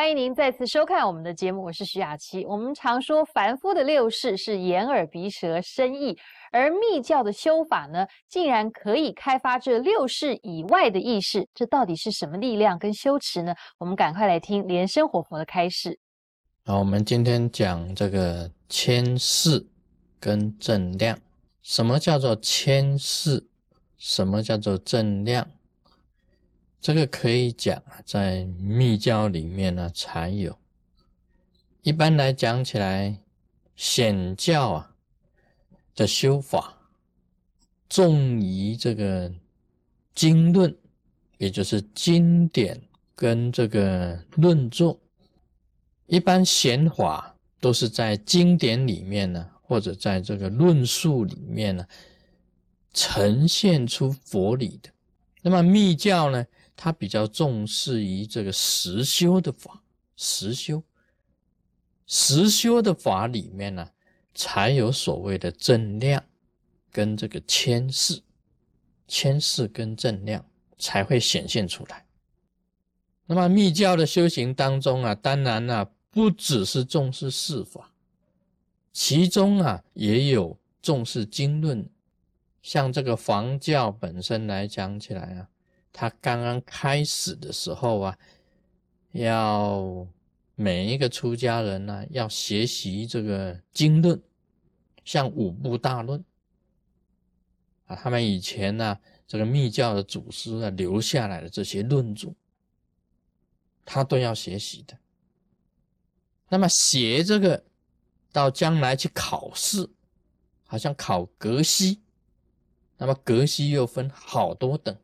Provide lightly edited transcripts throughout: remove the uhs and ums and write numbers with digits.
欢迎您再次收看我们的节目，我是徐雅琪。我们常说凡夫的六识是眼耳鼻舌身意，而密教的修法呢，竟然可以开发这六识以外的意识，这到底是什么力量跟修持呢？我们赶快来听莲生活佛的开示。 好，我们今天讲这个牵识跟正量。什么叫做牵识？什么叫做正量？这个可以讲在密教里面呢才有。一般来讲起来，显教的修法重于这个经论，也就是经典跟这个论作。一般显法都是在经典里面呢，或者在这个论述里面呢，呈现出佛理的。那么密教呢，它比较重视于这个实修的法，实修的法里面呢，才有所谓的正量跟这个牵识跟正量才会显现出来。那么密教的修行当中当然不只是重视事法，其中也有重视经论。像这个房教本身来讲起来它刚刚开始的时候要每一个出家人要学习这个经论，像五部大论他们以前这个密教的祖师留下来的这些论著，他都要学习的。那么学这个到将来去考试，好像考格西，那么格西又分好多等。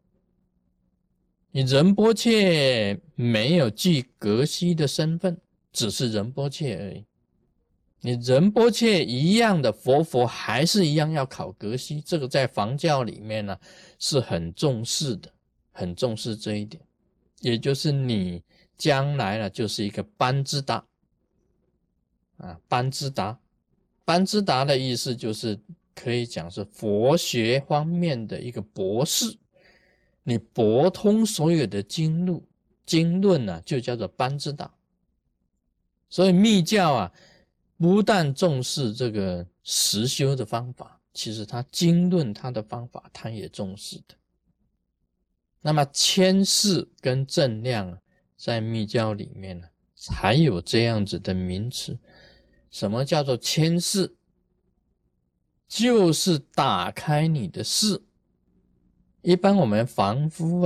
你仁波切没有具格西的身份，只是仁波切而已。你仁波切一样的佛还是一样要考格西，这个在房教里面是很重视的，很重视这一点。也就是你将来就是一个班智达班智达的意思就是可以讲是佛学方面的一个博士，你博通所有的经论就叫做班智达。所以密教不但重视这个实修的方法，其实它经论它的方法它也重视的。那么牵识跟正量在密教里面才有这样子的名词。什么叫做牵识？就是打开你的识。一般我们凡夫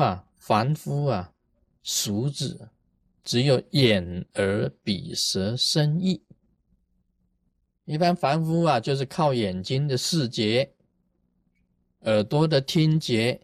俗子只有眼耳鼻舌身意。一般凡夫就是靠眼睛的视觉，耳朵的听觉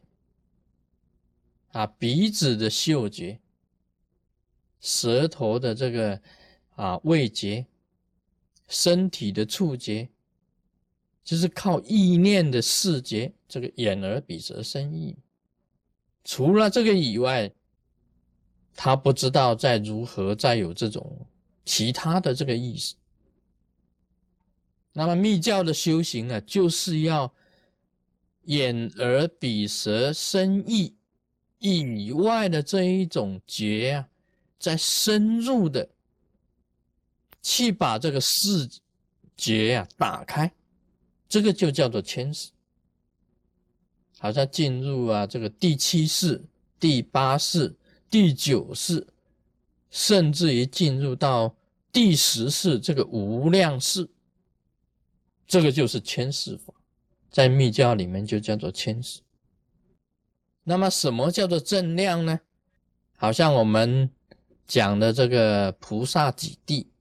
鼻子的嗅觉，舌头的这个味觉，身体的触觉，就是靠意念的视觉，这个眼耳鼻舌身意。除了这个以外，他不知道如何再有这种其他的这个意识。那么密教的修行就是要眼耳鼻舌身意以外的这一种觉再深入的去把这个视觉打开，这个就叫做牵识。好像进入这个第七识、第八识、第九识，甚至于进入到第10识这个无量识，这个就是牵识法，在密教里面就叫做牵识。那么什么叫做正量呢？好像我们讲的这个菩萨几地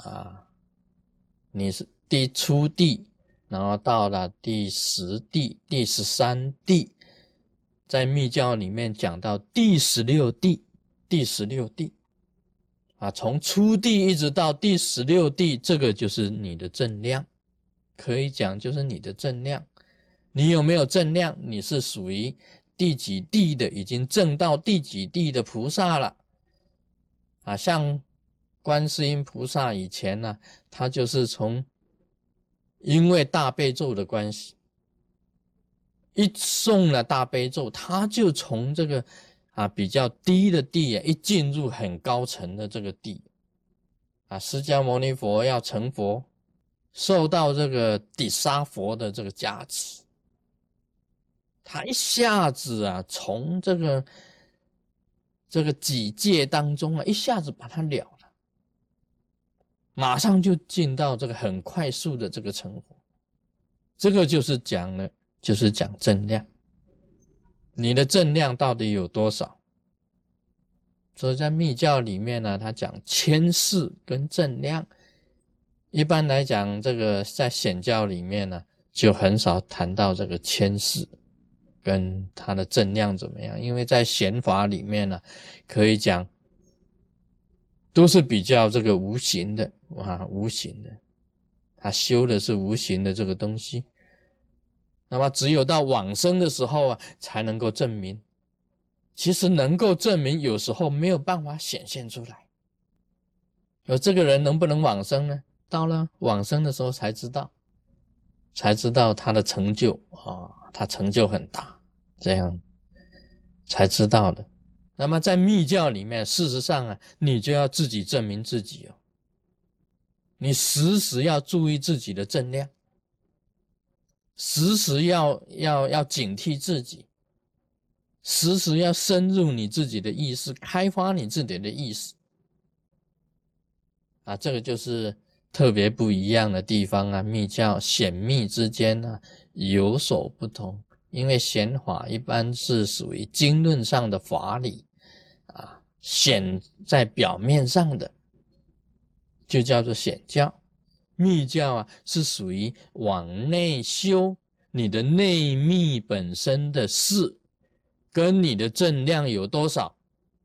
你是第初地，然后到了第10地、第13地，在密教里面讲到第16地，从初地一直到第16地，这个就是你的正量，可以讲就是你的正量。你有没有正量？你是属于第几地的，已经证到第几地的菩萨了像观世音菩萨以前他就是因为大悲咒的关系，一诵了大悲咒，他就从这个比较低的地一进入很高层的这个地释迦牟尼佛要成佛，受到这个底沙佛的这个加持，他一下子从这个几界当中一下子把它了了，马上就进到这个很快速的这个成佛。这个就是讲正量，你的正量到底有多少？所以在密教里面呢，他讲千世跟正量。一般来讲，这个在显教里面呢，就很少谈到这个千世跟它的正量怎么样，因为在显法里面呢，可以讲都是比较这个无形的无形的，他修的是无形的这个东西。那么只有到往生的时候才能够证明。其实能够证明，有时候没有办法显现出来。这个人能不能往生呢？到了往生的时候才知道他的成就他成就很大，这样才知道的。那么在密教里面，事实上你就要自己证明自己你时时要注意自己的正量，时时要警惕自己，时时要深入你自己的意识，开发你自己的意识这个就是特别不一样的地方密教显密之间有所不同。因为显法一般是属于经论上的法理显在表面上的就叫做显教。密教是属于往内修你的内密本身的事跟你的正量有多少，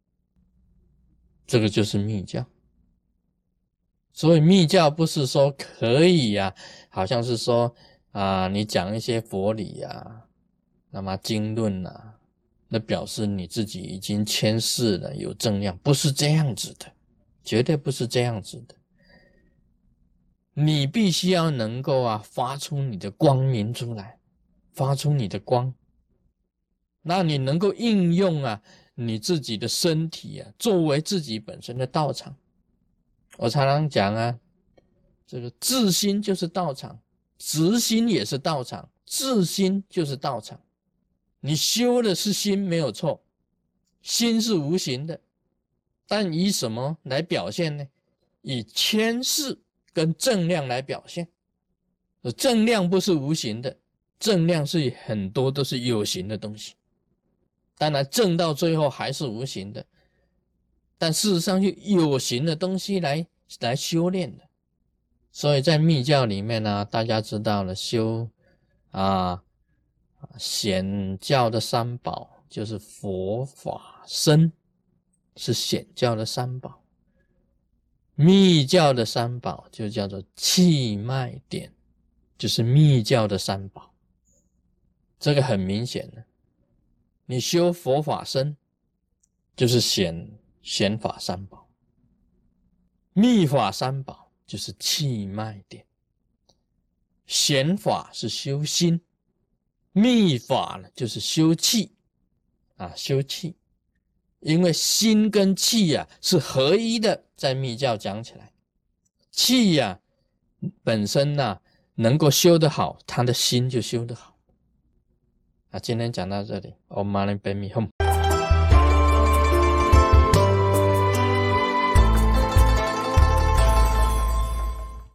这个就是密教。所以密教不是说可以好像是说你讲一些佛理那么经论那表示你自己已经谦世了，有正量，不是这样子的，绝对不是这样子的。你必须要能够发出你的光明出来，发出你的光，那你能够应用你自己的身体作为自己本身的道场。我常常讲这个自心就是道场，直心也是道场，自心就是道场。你修的是心没有错，心是无形的，但以什么来表现呢？以谦世跟正量来表现。正量不是无形的，正量是很多都是有形的东西，当然正到最后还是无形的，但事实上就有形的东西来修炼的。所以在密教里面大家知道了，修显教的三宝就是佛法僧，是显教的三宝。密教的三宝就叫做气脉点，就是密教的三宝。这个很明显的，你修佛法僧就是显法三宝，密法三宝就是气脉点。显法是修心，密法呢就是修气修气。因为心跟气是合一的，在密教讲起来，气本身能够修得好，他的心就修得好。今天讲到这里，Om Mani Padme Hum。